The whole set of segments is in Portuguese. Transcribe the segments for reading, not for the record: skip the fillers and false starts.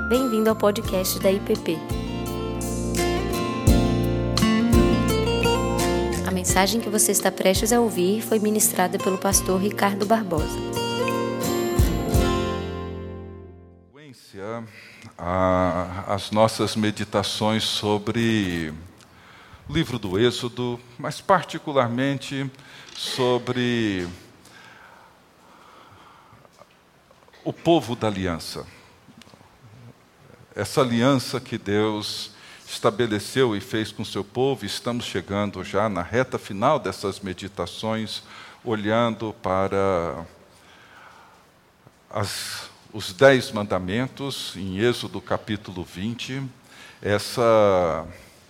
Bem-vindo ao podcast da IPP. A mensagem que você está prestes a ouvir foi ministrada pelo pastor Ricardo Barbosa. As nossas meditações sobre o livro do Êxodo, mas particularmente sobre o povo da aliança. Essa aliança que Deus estabeleceu e fez com o seu povo, estamos chegando já na reta final dessas meditações, olhando para os 10 mandamentos, em Êxodo capítulo 20, essa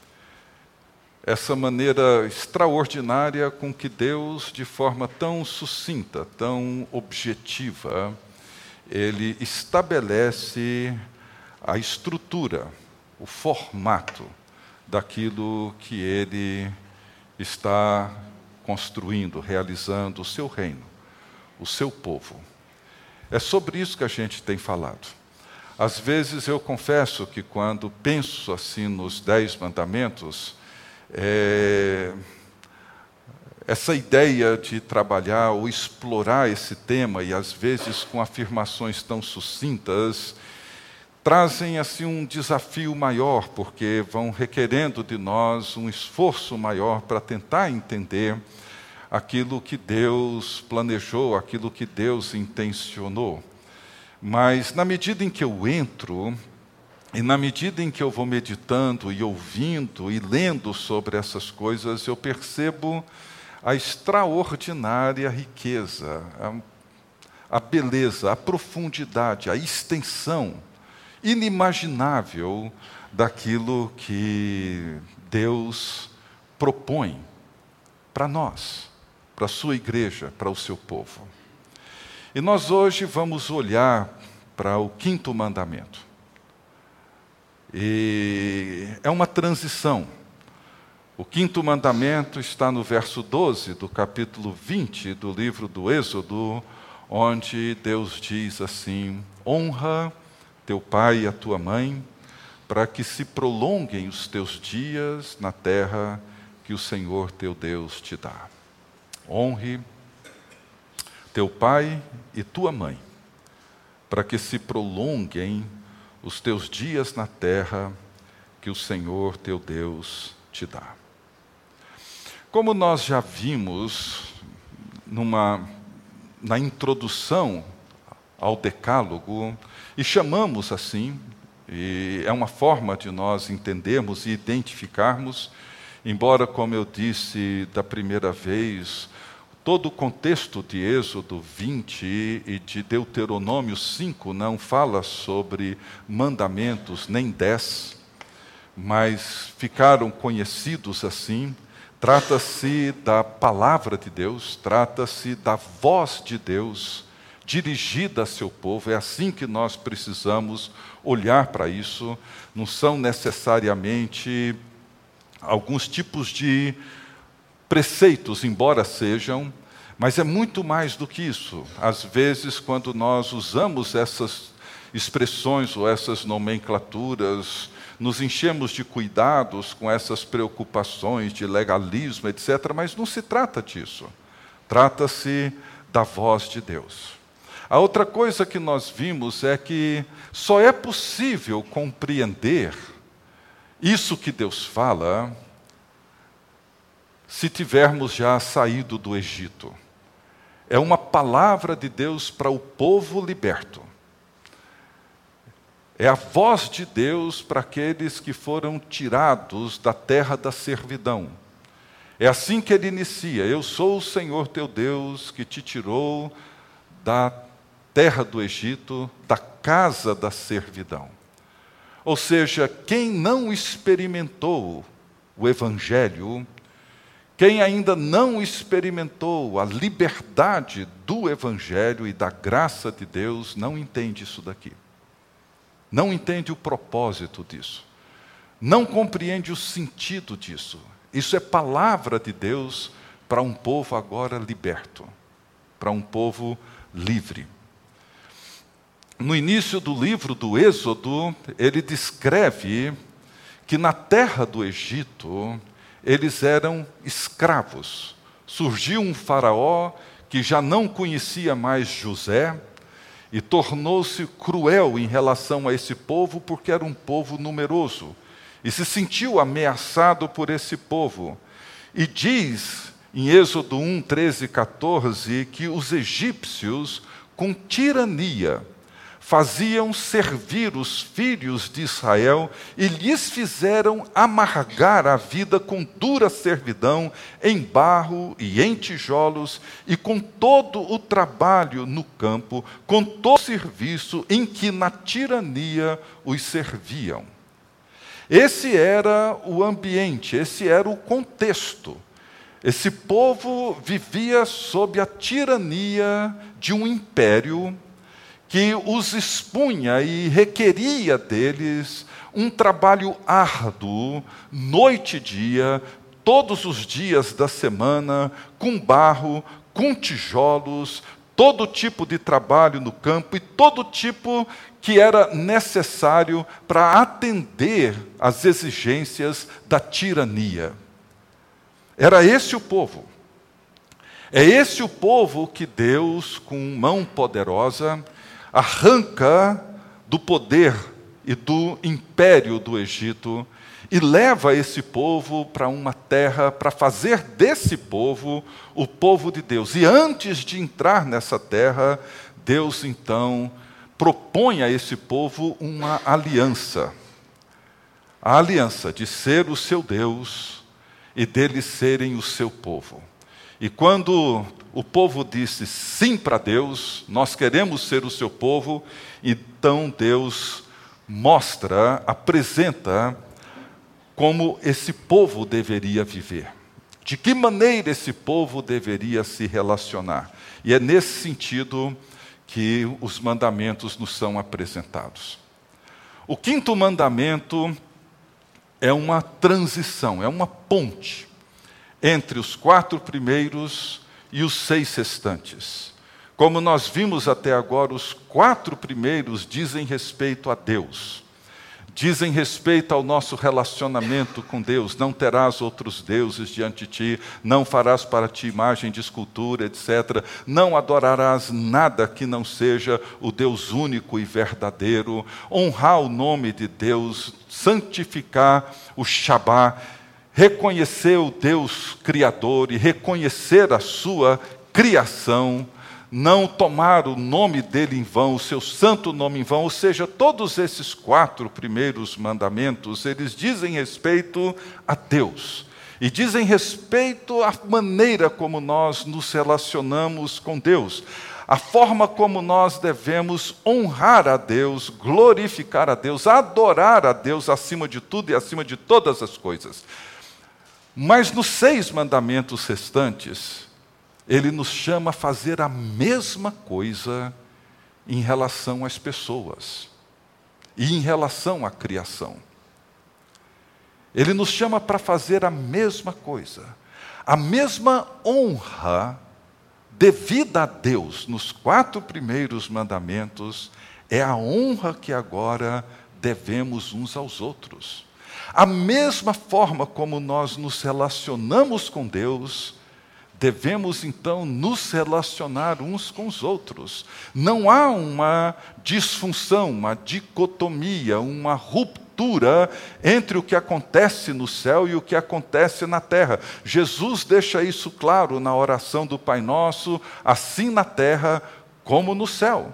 maneira extraordinária com que Deus, de forma tão sucinta, tão objetiva, Ele estabelece a estrutura, o formato daquilo que Ele está construindo, realizando o seu reino, o seu povo. É sobre isso que a gente tem falado. Às vezes eu confesso que quando penso assim nos 10 mandamentos, essa ideia de trabalhar ou explorar esse tema, e às vezes com afirmações tão sucintas, trazem assim um desafio maior, porque vão requerendo de nós um esforço maior para tentar entender aquilo que Deus planejou, aquilo que Deus intencionou. Mas na medida em que eu entro, e na medida em que eu vou meditando e ouvindo e lendo sobre essas coisas, eu percebo a extraordinária riqueza, a beleza, a profundidade, a extensão inimaginável daquilo que Deus propõe para nós, para a sua igreja, para o seu povo. E nós hoje vamos olhar para o 5º mandamento. E é uma transição. O 5º mandamento está no verso 12 do capítulo 20 do livro do Êxodo, onde Deus diz assim: honra teu pai e a tua mãe, para que se prolonguem os teus dias na terra que o Senhor teu Deus te dá. Honre teu pai e tua mãe, para que se prolonguem os teus dias na terra que o Senhor teu Deus te dá. Como nós já vimos na introdução ao Decálogo, e chamamos assim, e é uma forma de nós entendermos e identificarmos, embora, como eu disse da primeira vez, todo o contexto de Êxodo 20 e de Deuteronômio 5 não fala sobre mandamentos, nem 10, mas ficaram conhecidos assim. Trata-se da palavra de Deus, trata-se da voz de Deus, dirigida a seu povo. É assim que nós precisamos olhar para isso. Não são necessariamente alguns tipos de preceitos, embora sejam, mas é muito mais do que isso. Às vezes, quando nós usamos essas expressões ou essas nomenclaturas, nos enchemos de cuidados com essas preocupações de legalismo, etc., mas não se trata disso. Trata-se da voz de Deus. A outra coisa que nós vimos é que só é possível compreender isso que Deus fala se tivermos já saído do Egito. É uma palavra de Deus para o povo liberto. É a voz de Deus para aqueles que foram tirados da terra da servidão. É assim que ele inicia: eu sou o Senhor teu Deus que te tirou da terra do Egito, da casa da servidão. Ou seja, quem não experimentou o Evangelho, quem ainda não experimentou a liberdade do Evangelho e da graça de Deus, não entende isso daqui. Não entende o propósito disso. Não compreende o sentido disso. Isso é palavra de Deus para um povo agora liberto, para um povo livre. no início do livro do Êxodo, ele descreve que na terra do Egito, eles eram escravos. Surgiu um faraó que já não conhecia mais José e tornou-se cruel em relação a esse povo, porque era um povo numeroso, e se sentiu ameaçado por esse povo. E diz em Êxodo 1, 13 e 14, que os egípcios, com tirania, faziam servir os filhos de Israel e lhes fizeram amargar a vida com dura servidão, em barro e em tijolos, e com todo o trabalho no campo, com todo o serviço em que na tirania os serviam. Esse era o ambiente, esse era o contexto. Esse povo vivia sob a tirania de um império que os expunha e requeria deles um trabalho árduo, noite e dia, todos os dias da semana, com barro, com tijolos, todo tipo de trabalho no campo e todo tipo que era necessário para atender às exigências da tirania. Era esse o povo. É esse o povo que Deus, com mão poderosa, arranca do poder e do império do Egito e leva esse povo para uma terra, para fazer desse povo o povo de Deus. E antes de entrar nessa terra, Deus então propõe a esse povo uma aliança. A aliança de ser o seu Deus e deles serem o seu povo. E quando o povo disse sim para Deus, nós queremos ser o seu povo, então Deus mostra, apresenta como esse povo deveria viver. De que maneira esse povo deveria se relacionar. E é nesse sentido que os mandamentos nos são apresentados. O quinto mandamento é uma transição, é uma ponte entre os 4 primeiros e os 6 restantes. Como nós vimos até agora, os 4 primeiros dizem respeito a Deus, dizem respeito ao nosso relacionamento com Deus. Não terás outros deuses diante de ti, não farás para ti imagem de escultura, etc. Não adorarás nada que não seja o Deus único e verdadeiro. Honrar o nome de Deus, santificar o Shabá, reconhecer o Deus Criador e reconhecer a sua criação, não tomar o nome dele em vão, o seu santo nome em vão. Ou seja, todos esses 4 primeiros mandamentos, eles dizem respeito a Deus. E dizem respeito à maneira como nós nos relacionamos com Deus. A forma como nós devemos honrar a Deus, glorificar a Deus, adorar a Deus acima de tudo e acima de todas as coisas. Mas nos 6 mandamentos restantes, ele nos chama a fazer a mesma coisa em relação às pessoas e em relação à criação. Ele nos chama para fazer a mesma coisa, a mesma honra devida a Deus nos 4 primeiros mandamentos, é a honra que agora devemos uns aos outros. A mesma forma como nós nos relacionamos com Deus, devemos então nos relacionar uns com os outros. Não há uma disfunção, uma dicotomia, uma ruptura entre o que acontece no céu e o que acontece na terra. Jesus deixa isso claro na oração do Pai Nosso, assim na terra como no céu.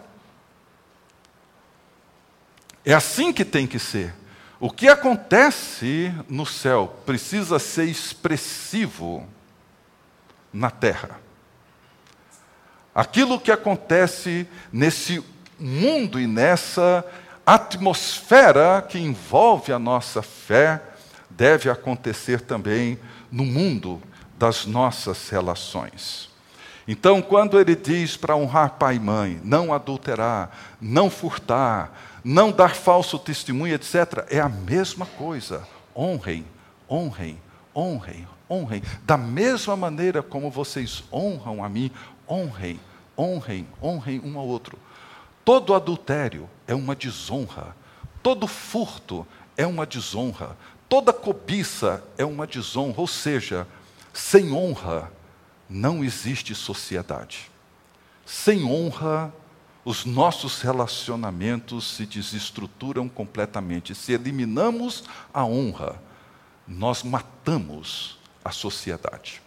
É assim que tem que ser. O que acontece no céu precisa ser expressivo na terra. Aquilo que acontece nesse mundo e nessa atmosfera que envolve a nossa fé deve acontecer também no mundo das nossas relações. Então, quando ele diz para honrar pai e mãe, não adulterar, não furtar, não dar falso testemunho, etc., é a mesma coisa. Honrem, honrem, honrem, honrem. Da mesma maneira como vocês honram a mim, honrem, honrem, honrem um ao outro. Todo adultério é uma desonra. Todo furto é uma desonra. Toda cobiça é uma desonra. Ou seja, sem honra não existe sociedade. Sem honra, os nossos relacionamentos se desestruturam completamente. Se eliminamos a honra, nós matamos a sociedade.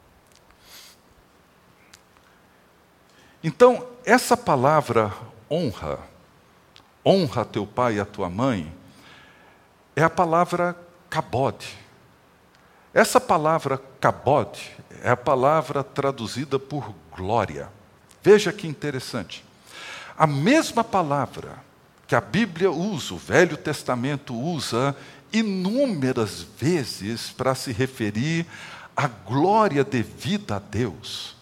Então, essa palavra honra, honra teu pai e a tua mãe, é a palavra kabod. Essa palavra kabod é a palavra traduzida por glória. Veja que interessante. A mesma palavra que a Bíblia usa, o Velho Testamento usa inúmeras vezes para se referir à glória devida a Deus,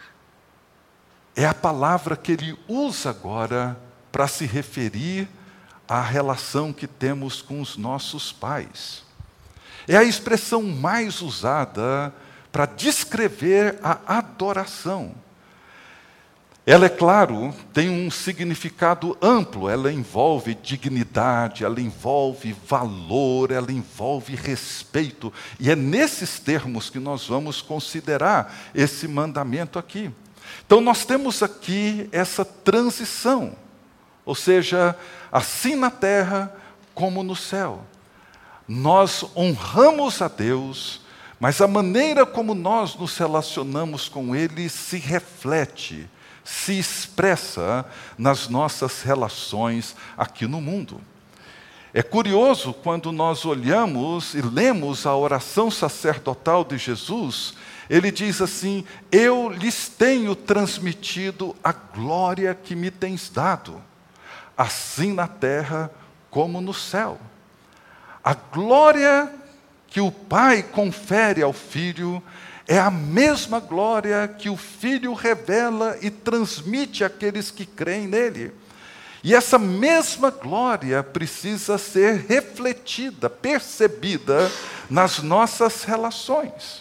é a palavra que ele usa agora para se referir à relação que temos com os nossos pais. É a expressão mais usada para descrever a adoração. Ela, é claro, tem um significado amplo, ela envolve dignidade, ela envolve valor, ela envolve respeito. E é nesses termos que nós vamos considerar esse mandamento aqui. Então nós temos aqui essa transição, ou seja, assim na terra como no céu. Nós honramos a Deus, mas a maneira como nós nos relacionamos com Ele se reflete, se expressa nas nossas relações aqui no mundo. É curioso quando nós olhamos e lemos a oração sacerdotal de Jesus, ele diz assim: eu lhes tenho transmitido a glória que me tens dado, assim na terra como no céu. A glória que o Pai confere ao Filho é a mesma glória que o Filho revela e transmite àqueles que creem nele. E essa mesma glória precisa ser refletida, percebida nas nossas relações.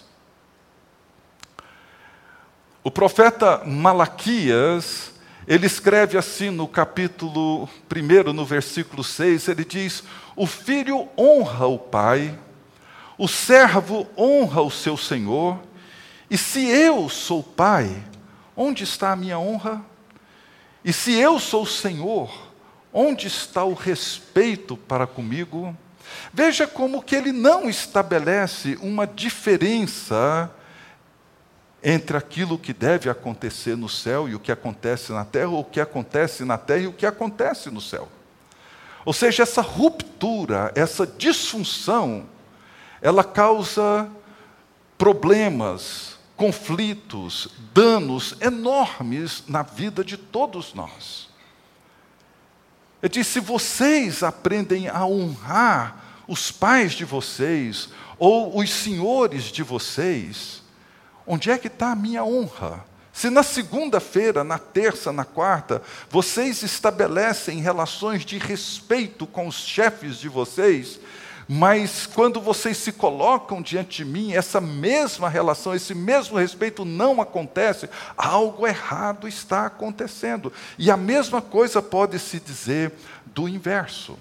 O profeta Malaquias, ele escreve assim no capítulo 1, no versículo 6, ele diz: o filho honra o pai, o servo honra o seu senhor, e se eu sou pai, onde está a minha honra? E se eu sou senhor, onde está o respeito para comigo? Veja como que ele não estabelece uma diferença entre aquilo que deve acontecer no céu e o que acontece na terra, ou o que acontece na terra e o que acontece no céu. Ou seja, essa ruptura, essa disfunção, ela causa problemas, conflitos, danos enormes na vida de todos nós. Ele diz: se vocês aprendem a honrar os pais de vocês, ou os senhores de vocês, onde é que está a minha honra? Se na segunda-feira, na terça, na quarta, vocês estabelecem relações de respeito com os chefes de vocês, mas quando vocês se colocam diante de mim, essa mesma relação, esse mesmo respeito não acontece, algo errado está acontecendo. E a mesma coisa pode se dizer do inverso.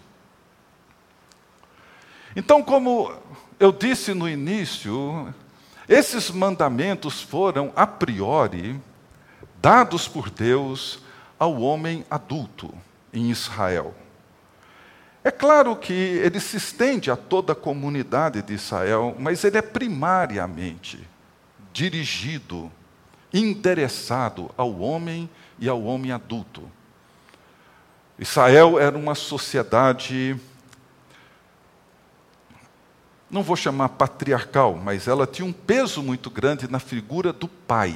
Então, como eu disse no início, esses mandamentos foram, a priori, dados por Deus ao homem adulto em Israel. É claro que ele se estende a toda a comunidade de Israel, mas ele é primariamente dirigido, endereçado ao homem e ao homem adulto. Israel era uma sociedade, não vou chamar patriarcal, mas ela tinha um peso muito grande na figura do pai.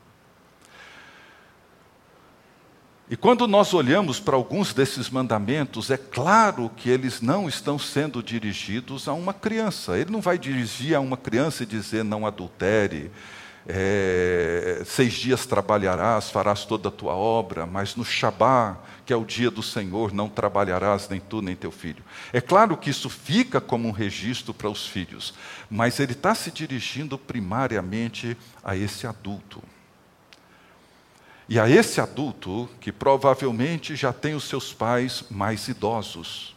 E quando nós olhamos para alguns desses mandamentos, é claro que eles não estão sendo dirigidos a uma criança. Ele não vai dirigir a uma criança e dizer: não adultere, 6 dias trabalharás, farás toda a tua obra, mas no Shabá, que é o dia do Senhor, não trabalharás nem tu nem teu filho. É claro que isso fica como um registro para os filhos, mas ele está se dirigindo primariamente a esse adulto. E a esse adulto que provavelmente já tem os seus pais mais idosos.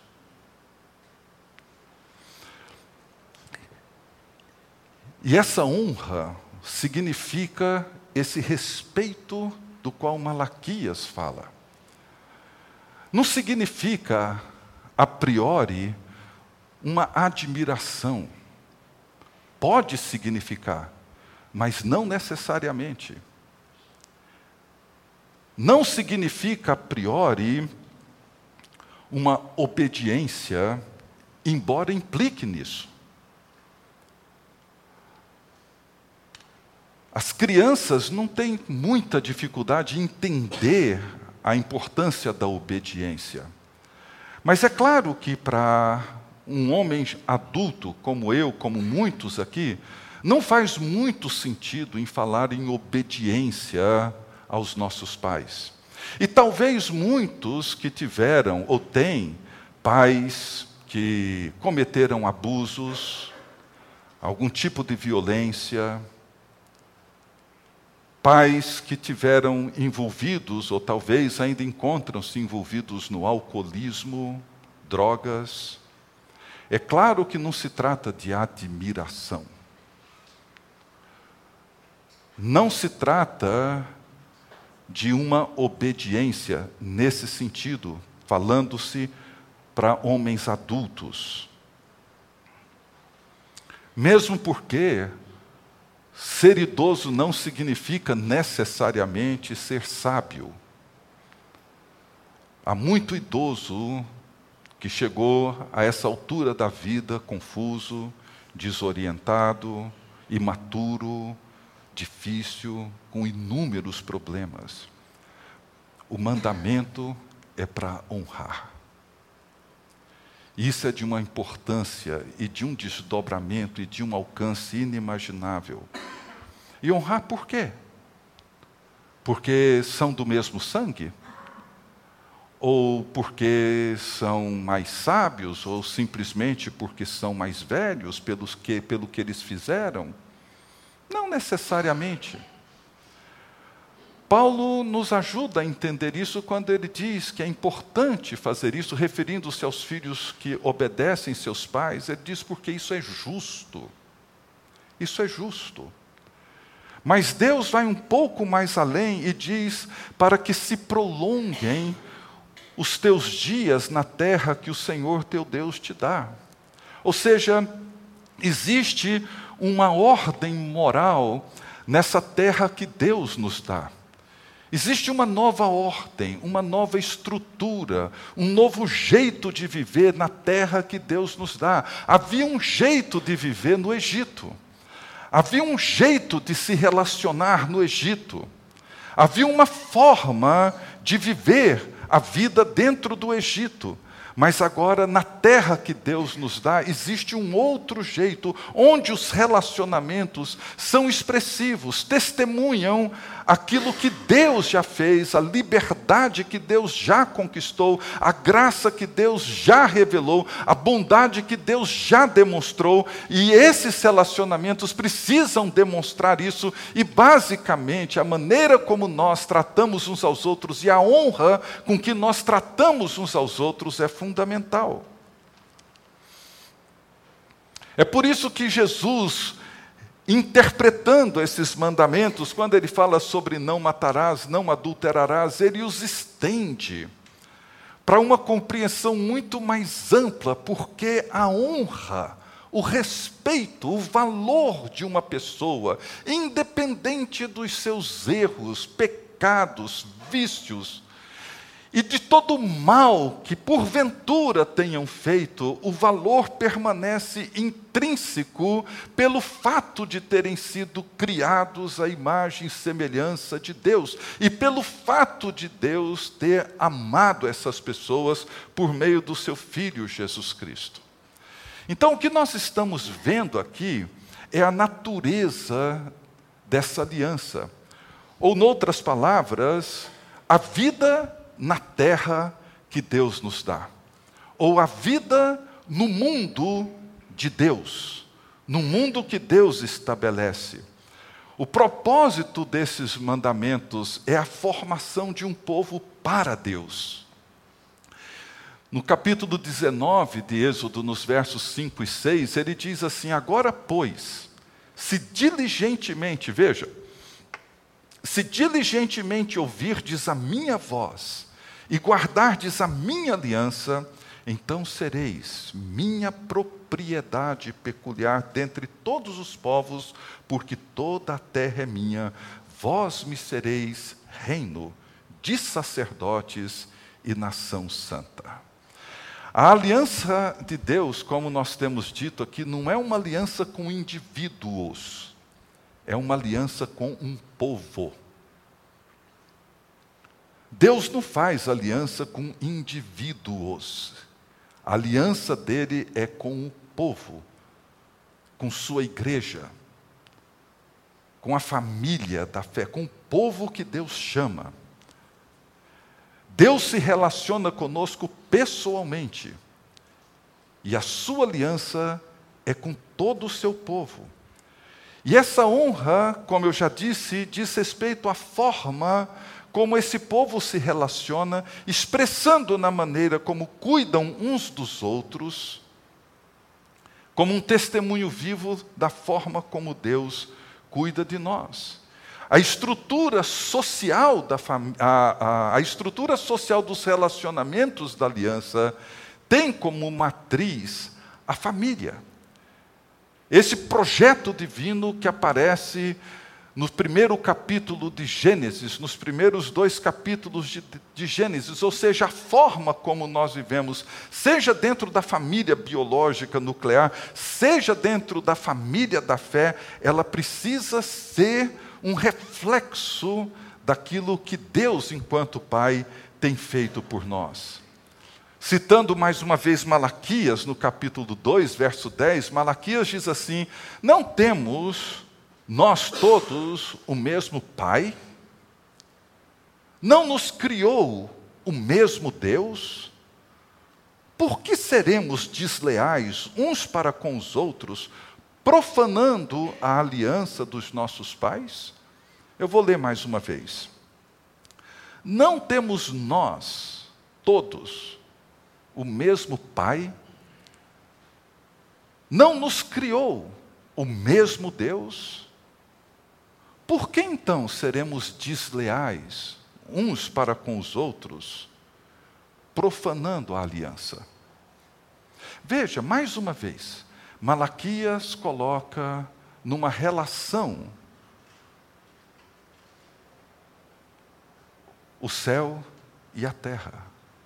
E essa honra significa esse respeito do qual Malaquias fala. Não significa, a priori, uma admiração. Pode significar, mas não necessariamente. Não significa, a priori, uma obediência, embora implique nisso. As crianças não têm muita dificuldade em entender a importância da obediência. Mas é claro que para um homem adulto como eu, como muitos aqui, não faz muito sentido em falar em obediência aos nossos pais. E talvez muitos que tiveram ou têm pais que cometeram abusos, algum tipo de violência, pais que tiveram envolvidos, ou talvez ainda encontram-se envolvidos no alcoolismo, drogas. É claro que não se trata de admiração. Não se trata de uma obediência nesse sentido, falando-se para homens adultos. Mesmo porque ser idoso não significa necessariamente ser sábio. Há muito idoso que chegou a essa altura da vida confuso, desorientado, imaturo, difícil, com inúmeros problemas. O mandamento é para honrar. Isso é de uma importância e de um desdobramento e de um alcance inimaginável. E honrar por quê? Porque são do mesmo sangue? Ou porque são mais sábios? Ou simplesmente porque são mais velhos pelo que eles fizeram? Não necessariamente. Paulo nos ajuda a entender isso quando ele diz que é importante fazer isso, referindo-se aos filhos que obedecem seus pais. Ele diz porque isso é justo. Isso é justo. Mas Deus vai um pouco mais além e diz para que se prolonguem os teus dias na terra que o Senhor teu Deus te dá. Ou seja, existe uma ordem moral nessa terra que Deus nos dá. Existe uma nova ordem, uma nova estrutura, um novo jeito de viver na terra que Deus nos dá. Havia um jeito de viver no Egito. Havia um jeito de se relacionar no Egito. Havia uma forma de viver a vida dentro do Egito. Mas agora, na terra que Deus nos dá, existe um outro jeito, onde os relacionamentos são expressivos, testemunham aquilo que Deus já fez, a liberdade que Deus já conquistou, a graça que Deus já revelou, a bondade que Deus já demonstrou, e esses relacionamentos precisam demonstrar isso, e basicamente a maneira como nós tratamos uns aos outros e a honra com que nós tratamos uns aos outros é fundamental. É por isso que Jesus, interpretando esses mandamentos, quando ele fala sobre não matarás, não adulterarás, ele os estende para uma compreensão muito mais ampla, porque a honra, o respeito, o valor de uma pessoa, independente dos seus erros, pecados, vícios, e de todo o mal que porventura tenham feito, o valor permanece intrínseco pelo fato de terem sido criados à imagem e semelhança de Deus, e pelo fato de Deus ter amado essas pessoas por meio do seu Filho Jesus Cristo. Então, o que nós estamos vendo aqui é a natureza dessa aliança. Ou, noutras palavras, a vida na terra que Deus nos dá, ou a vida no mundo de Deus, no mundo que Deus estabelece. O propósito desses mandamentos é a formação de um povo para Deus. No capítulo 19 de Êxodo, nos versos 5 e 6, ele diz assim: agora, pois, se diligentemente, veja, se diligentemente ouvirdes a minha voz e guardardes a minha aliança, então sereis minha propriedade peculiar dentre todos os povos, porque toda a terra é minha. Vós me sereis reino de sacerdotes e nação santa. A aliança de Deus, como nós temos dito aqui, não é uma aliança com indivíduos, é uma aliança com um povo. Deus não faz aliança com indivíduos. A aliança dele é com o povo, com sua igreja, com a família da fé, com o povo que Deus chama. Deus se relaciona conosco pessoalmente, e a sua aliança é com todo o seu povo. E essa honra, como eu já disse, diz respeito à forma como esse povo se relaciona, expressando na maneira como cuidam uns dos outros, como um testemunho vivo da forma como Deus cuida de nós. A estrutura social a estrutura social dos relacionamentos da aliança tem como matriz a família. Esse projeto divino que aparece no primeiro capítulo de Gênesis, nos primeiros 2 capítulos de Gênesis, ou seja, a forma como nós vivemos, seja dentro da família biológica nuclear, seja dentro da família da fé, ela precisa ser um reflexo daquilo que Deus, enquanto Pai, tem feito por nós. Citando mais uma vez Malaquias, no capítulo 2, verso 10, Malaquias diz assim: não temos nós todos o mesmo Pai? Não nos criou o mesmo Deus? Por que seremos desleais uns para com os outros, profanando a aliança dos nossos pais? Eu vou ler mais uma vez. Não temos nós, todos, o mesmo Pai? Não nos criou o mesmo Deus? Por que então seremos desleais uns para com os outros, profanando a aliança? Veja, mais uma vez, Malaquias coloca numa relação o céu e a terra.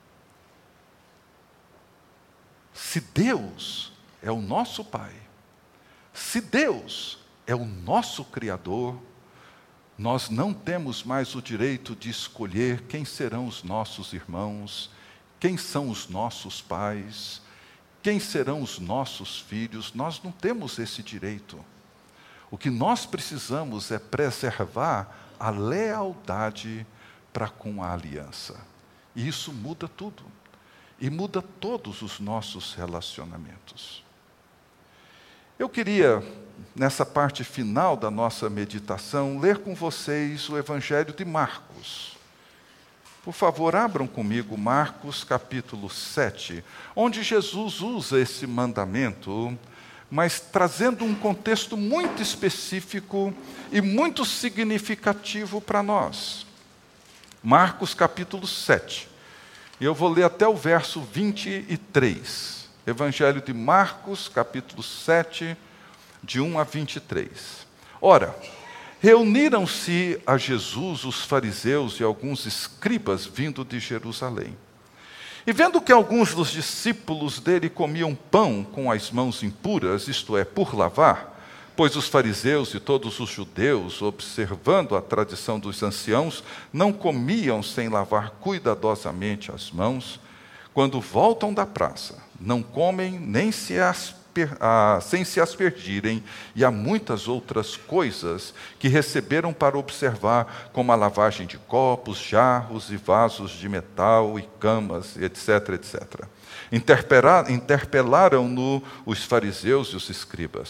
Se Deus é o nosso Pai, se Deus é o nosso Criador, nós não temos mais o direito de escolher quem serão os nossos irmãos, quem são os nossos pais, quem serão os nossos filhos. Nós não temos esse direito. O que nós precisamos é preservar a lealdade para com a aliança. E isso muda tudo. E muda todos os nossos relacionamentos. Eu queria, nessa parte final da nossa meditação, ler com vocês o Evangelho de Marcos. Por favor, abram comigo Marcos capítulo 7, onde Jesus usa esse mandamento, mas trazendo um contexto muito específico e muito significativo para nós. Marcos capítulo 7. E eu vou ler até o verso 23. Evangelho de Marcos, capítulo 7, de 1 a 23. Ora, reuniram-se a Jesus os fariseus e alguns escribas vindo de Jerusalém. E vendo que alguns dos discípulos dele comiam pão com as mãos impuras, isto é, por lavar, pois os fariseus e todos os judeus, observando a tradição dos anciãos, não comiam sem lavar cuidadosamente as mãos, quando voltam da praça, não comem nem sem se aspergirem, e há muitas outras coisas que receberam para observar, como a lavagem de copos, jarros e vasos de metal e camas, etc., etc. Interpelaram-no os fariseus e os escribas: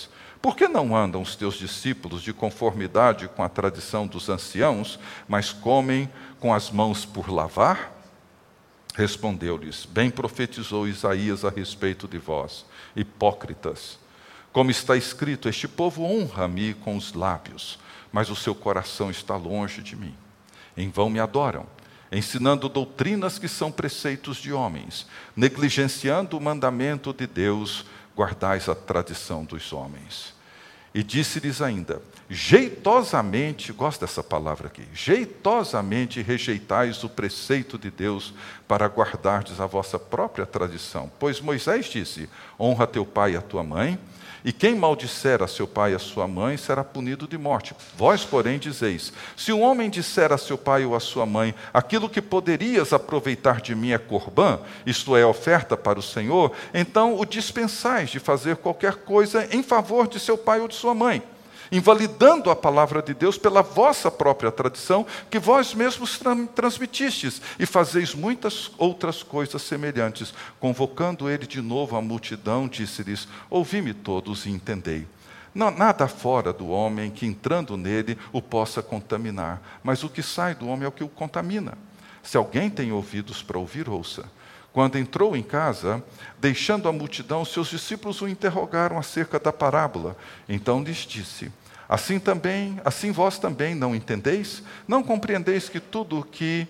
Por que não andam os teus discípulos de conformidade com a tradição dos anciãos, mas comem com as mãos por lavar? Respondeu-lhes: bem profetizou Isaías a respeito de vós, hipócritas. Como está escrito, este povo honra-me com os lábios, mas o seu coração está longe de mim. Em vão me adoram, ensinando doutrinas que são preceitos de homens, negligenciando o mandamento de Deus, guardais a tradição dos homens. E disse-lhes ainda: jeitosamente, gosto dessa palavra aqui, jeitosamente rejeitais o preceito de Deus para guardardes a vossa própria tradição. Pois Moisés disse: honra teu pai e a tua mãe, e quem maldisser a seu pai e a sua mãe será punido de morte. Vós, porém, dizeis: se um homem disser a seu pai ou a sua mãe, aquilo que poderias aproveitar de mim é corbã, isto é, oferta para o Senhor, então o dispensais de fazer qualquer coisa em favor de seu pai ou de sua mãe, invalidando a palavra de Deus pela vossa própria tradição, que vós mesmos transmitistes, e fazeis muitas outras coisas semelhantes. Convocando ele de novo a multidão, disse-lhes: ouvi-me todos e entendei. Nada fora do homem que, entrando nele, o possa contaminar, mas o que sai do homem é o que o contamina. Se alguém tem ouvidos para ouvir, ouça. Quando entrou em casa, deixando a multidão, seus discípulos o interrogaram acerca da parábola. Então lhes disse: assim vós também não entendeis? Não compreendeis que tudo o que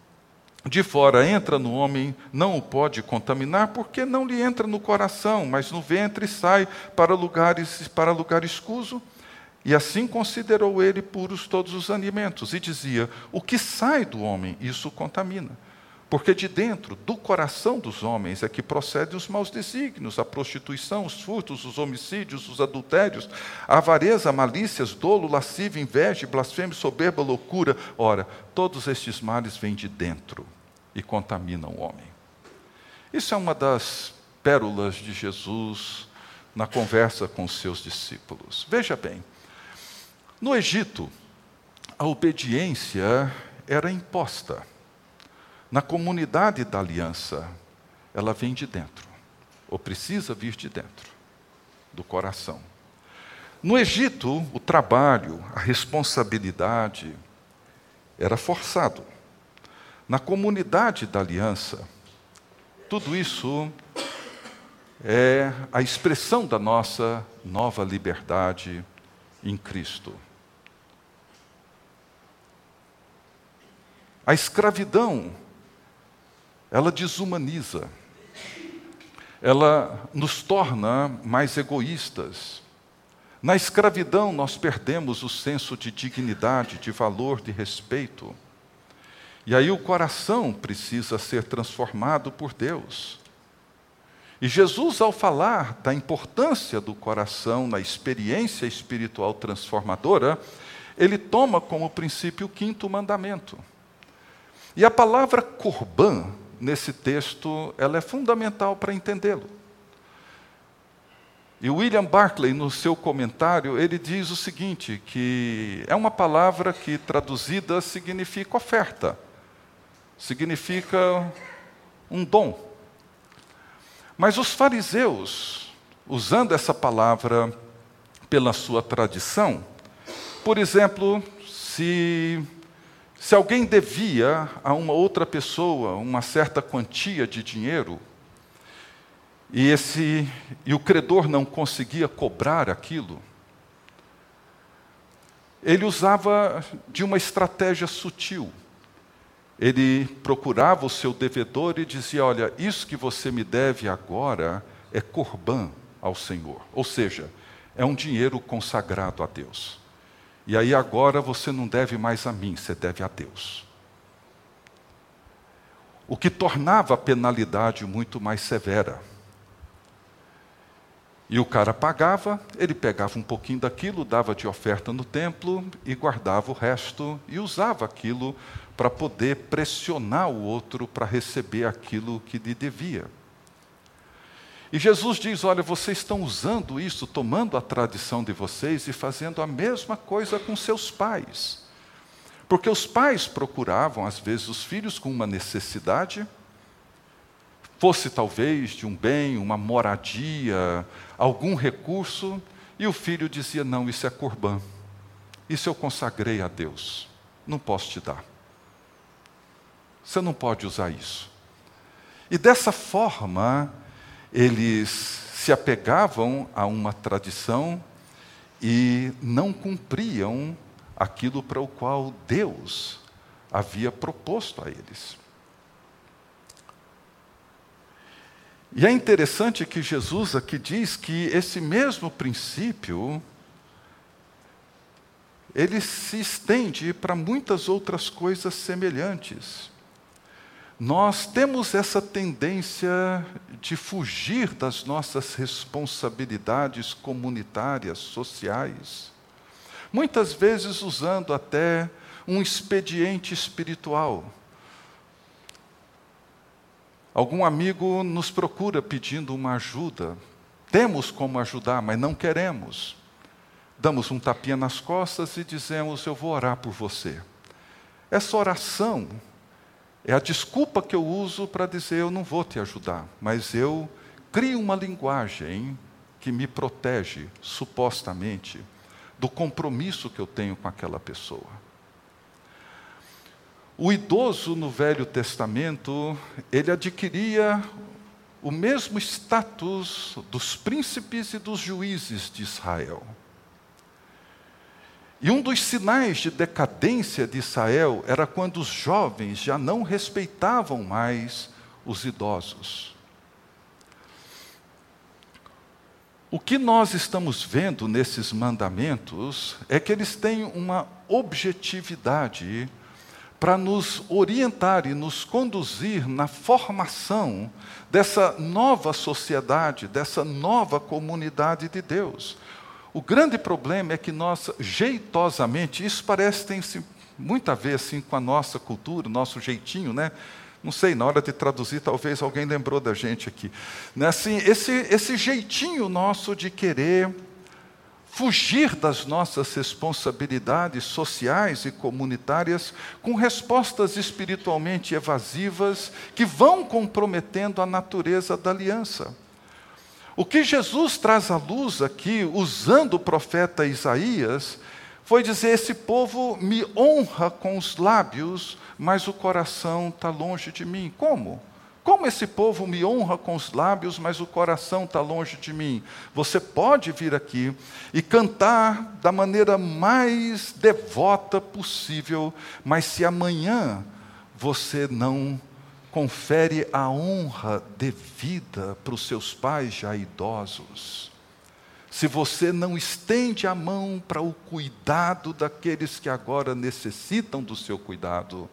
de fora entra no homem não o pode contaminar, porque não lhe entra no coração, mas no ventre e sai para lugar escuso? E assim considerou ele puros todos os alimentos, e dizia: o que sai do homem, isso contamina. Porque de dentro, do coração dos homens, é que procedem os maus desígnios, a prostituição, os furtos, os homicídios, os adultérios, a avareza, a malícia, dolo, lascívia, inveja, blasfêmia, soberba, loucura. Ora, todos estes males vêm de dentro e contaminam o homem. Isso é uma das pérolas de Jesus na conversa com os seus discípulos. Veja bem, no Egito, a obediência era imposta. Na comunidade da aliança, ela vem de dentro, ou precisa vir de dentro, do coração. No Egito, o trabalho, a responsabilidade era forçado. Na comunidade da aliança, tudo isso é a expressão da nossa nova liberdade em Cristo. A escravidão, ela desumaniza, ela nos torna mais egoístas. Na escravidão, nós perdemos o senso de dignidade, de valor, de respeito. E aí o coração precisa ser transformado por Deus. E Jesus, ao falar da importância do coração na experiência espiritual transformadora, ele toma como princípio o 5º mandamento. E a palavra corbã, nesse texto, ela é fundamental para entendê-lo. E William Barclay, no seu comentário, ele diz o seguinte, que é uma palavra que, traduzida, significa oferta, significa um dom. Mas os fariseus, usando essa palavra pela sua tradição, por exemplo, se alguém devia a uma outra pessoa uma certa quantia de dinheiro, e o credor não conseguia cobrar aquilo, ele usava de uma estratégia sutil. Ele procurava o seu devedor e dizia: olha, isso que você me deve agora é corbã ao Senhor. Ou seja, é um dinheiro consagrado a Deus. E aí agora você não deve mais a mim, você deve a Deus. O que tornava a penalidade muito mais severa. E o cara pagava, ele pegava um pouquinho daquilo, dava de oferta no templo e guardava o resto e usava aquilo para poder pressionar o outro para receber aquilo que lhe devia. E Jesus diz: olha, vocês estão usando isso, tomando a tradição de vocês e fazendo a mesma coisa com seus pais. Porque os pais procuravam, às vezes, os filhos com uma necessidade, fosse talvez de um bem, uma moradia, algum recurso, E o filho dizia: não, isso é corbã. Isso eu consagrei a Deus. Não posso te dar. Você não pode usar isso. E dessa forma, eles se apegavam a uma tradição e não cumpriam aquilo para o qual Deus havia proposto a eles. E é interessante que Jesus aqui diz que esse mesmo princípio, ele se estende para muitas outras coisas semelhantes. Nós temos essa tendência de fugir das nossas responsabilidades comunitárias, sociais, muitas vezes usando até um expediente espiritual. Algum amigo nos procura pedindo uma ajuda. Temos como ajudar, mas não queremos. Damos um tapinha nas costas e dizemos: eu vou orar por você. Essa oração é a desculpa que eu uso para dizer: eu não vou te ajudar, mas eu crio uma linguagem que me protege, supostamente, do compromisso que eu tenho com aquela pessoa. O idoso no Velho Testamento, ele adquiria o mesmo status dos príncipes e dos juízes de Israel. E um dos sinais de decadência de Israel era quando os jovens já não respeitavam mais os idosos. O que nós estamos vendo nesses mandamentos é que eles têm uma objetividade para nos orientar e nos conduzir na formação dessa nova sociedade, dessa nova comunidade de Deus. O grande problema é que nós, jeitosamente, isso parece ter muito a ver assim, com a nossa cultura, o nosso jeitinho, né? Não sei, na hora de traduzir, talvez alguém lembrou da gente aqui. Né? Assim, esse jeitinho nosso de querer fugir das nossas responsabilidades sociais e comunitárias com respostas espiritualmente evasivas que vão comprometendo a natureza da aliança. O que Jesus traz à luz aqui, usando o profeta Isaías, foi dizer: esse povo me honra com os lábios, mas o coração está longe de mim. Como? Como esse povo me honra com os lábios, mas o coração está longe de mim? Você pode vir aqui e cantar da maneira mais devota possível, mas se amanhã você não confere a honra devida para os seus pais já idosos, se você não estende a mão para o cuidado daqueles que agora necessitam do seu cuidado,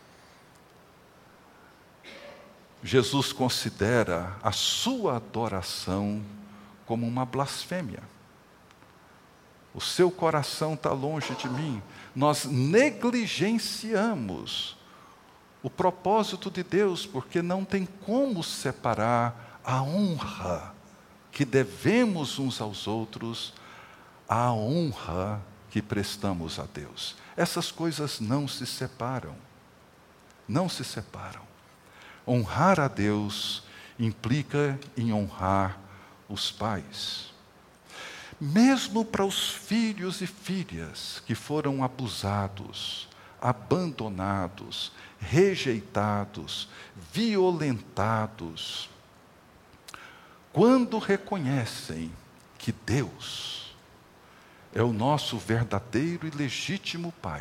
Jesus considera a sua adoração como uma blasfêmia. O seu coração está longe de mim. Nós negligenciamos o propósito de Deus, porque não tem como separar a honra que devemos uns aos outros, a honra que prestamos a Deus. Essas coisas não se separam. Não se separam. Honrar a Deus implica em honrar os pais. Mesmo para os filhos e filhas que foram abusados, abandonados, rejeitados, violentados, quando reconhecem que Deus é o nosso verdadeiro e legítimo Pai,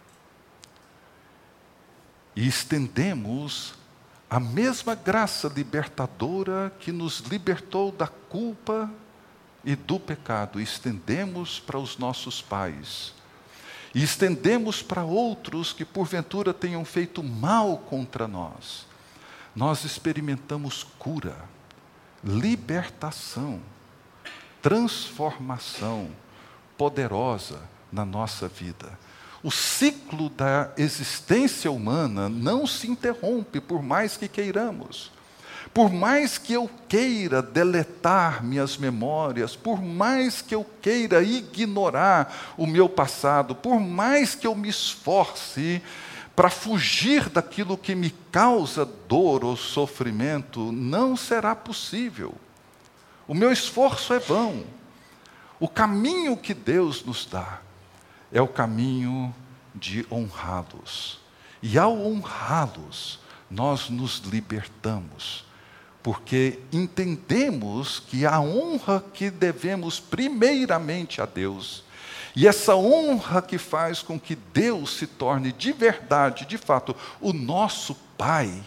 e estendemos a mesma graça libertadora que nos libertou da culpa e do pecado, estendemos para os nossos pais, e estendemos para outros que porventura tenham feito mal contra nós, nós experimentamos cura, libertação, transformação poderosa na nossa vida. O ciclo da existência humana não se interrompe, por mais que queiramos. Por mais que eu queira deletar minhas memórias, por mais que eu queira ignorar o meu passado, por mais que eu me esforce para fugir daquilo que me causa dor ou sofrimento, não será possível. O meu esforço é vão. O caminho que Deus nos dá é o caminho de honrá-los. E ao honrá-los, nós nos libertamos, porque entendemos que a honra que devemos primeiramente a Deus, e essa honra que faz com que Deus se torne de verdade, de fato, o nosso Pai.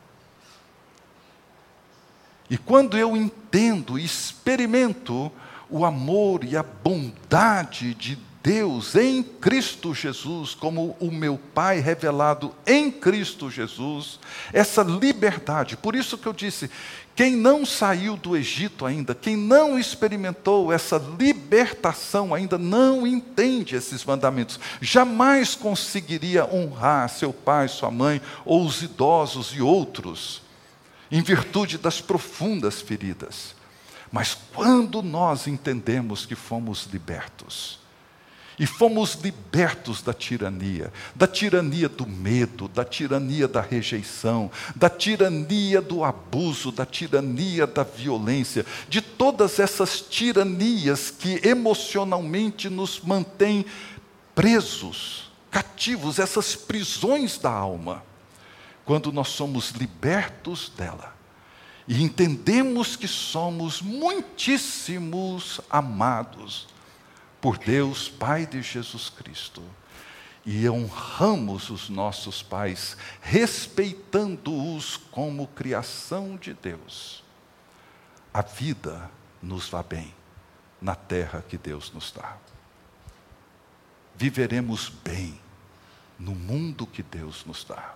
E quando eu entendo e experimento o amor e a bondade de Deus em Cristo Jesus, como o meu Pai revelado em Cristo Jesus, essa liberdade, por isso que eu disse, quem não saiu do Egito ainda, quem não experimentou essa libertação ainda, não entende esses mandamentos, jamais conseguiria honrar seu pai, sua mãe, ou os idosos e outros, em virtude das profundas feridas. Mas quando nós entendemos que fomos libertos, e fomos libertos da tirania do medo, da tirania da rejeição, da tirania do abuso, da tirania da violência, de todas essas tiranias que emocionalmente nos mantêm presos, cativos, essas prisões da alma. Quando nós somos libertos dela e entendemos que somos muitíssimos amados por Deus, Pai de Jesus Cristo, e honramos os nossos pais, respeitando-os como criação de Deus, a vida nos vai bem na terra que Deus nos dá. Viveremos bem no mundo que Deus nos dá.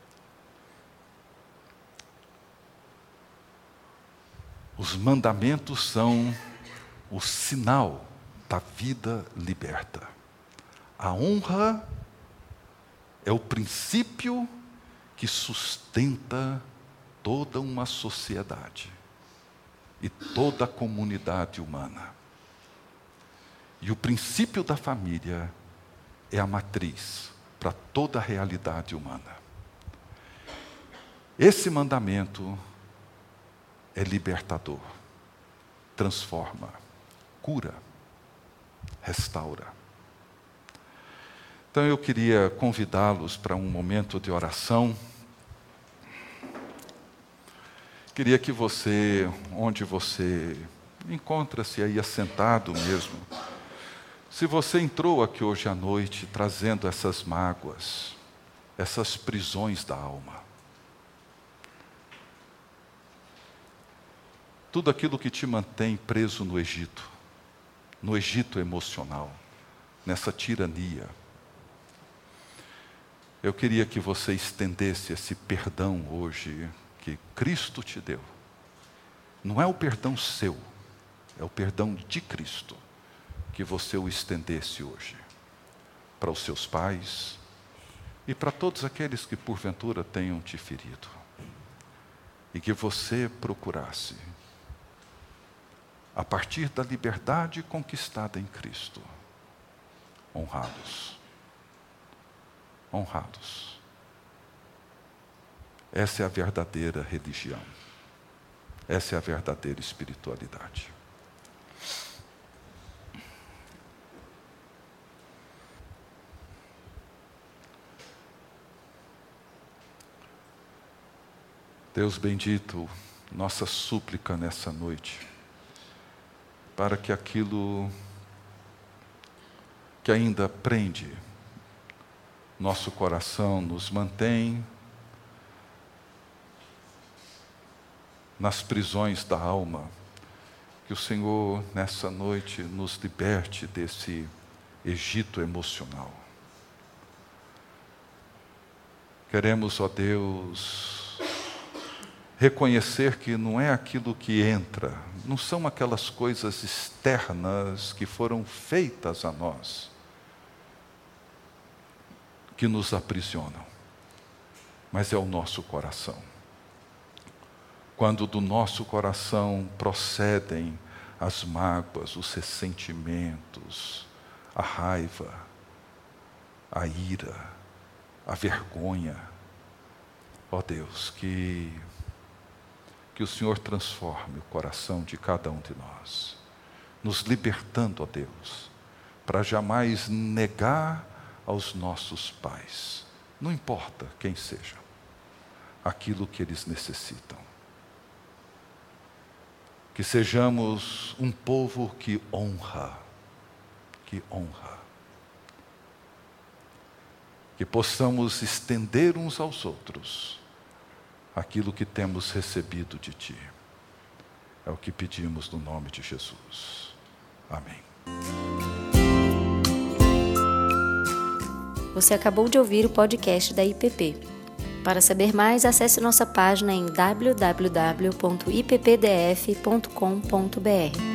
Os mandamentos são o sinal da vida liberta. A honra é o princípio que sustenta toda uma sociedade e toda a comunidade humana. E o princípio da família é a matriz para toda a realidade humana. Esse mandamento é libertador, transforma, cura, restaura. Então eu queria convidá-los para um momento de oração. Queria que você, onde você encontra-se aí assentado mesmo, se você entrou aqui hoje à noite trazendo essas mágoas, essas prisões da alma, tudo aquilo que te mantém preso no Egito emocional, nessa tirania. Eu queria que você estendesse esse perdão hoje que Cristo te deu. Não é o perdão seu, é o perdão de Cristo, que você o estendesse hoje para os seus pais e para todos aqueles que porventura tenham te ferido. E que você procurasse, a partir da liberdade conquistada em Cristo, honrá-los. Honrá-los. Essa é a verdadeira religião. Essa é a verdadeira espiritualidade. Deus bendito, nossa súplica nessa noite, para que aquilo que ainda prende nosso coração, nos mantém nas prisões da alma, que o Senhor nessa noite nos liberte desse Egito emocional. Queremos, ó Deus, reconhecer que não é aquilo que entra, não são aquelas coisas externas que foram feitas a nós, que nos aprisionam, mas é o nosso coração. Quando do nosso coração procedem as mágoas, os ressentimentos, a raiva, a ira, a vergonha, ó Deus, que o Senhor transforme o coração de cada um de nós, nos libertando, ó Deus, para jamais negar aos nossos pais, não importa quem seja, aquilo que eles necessitam. Que sejamos um povo que honra. Que possamos estender uns aos outros aquilo que temos recebido de Ti. É o que pedimos no nome de Jesus. Amém. Você acabou de ouvir o podcast da IPP. Para saber mais, acesse nossa página em www.ippdf.com.br.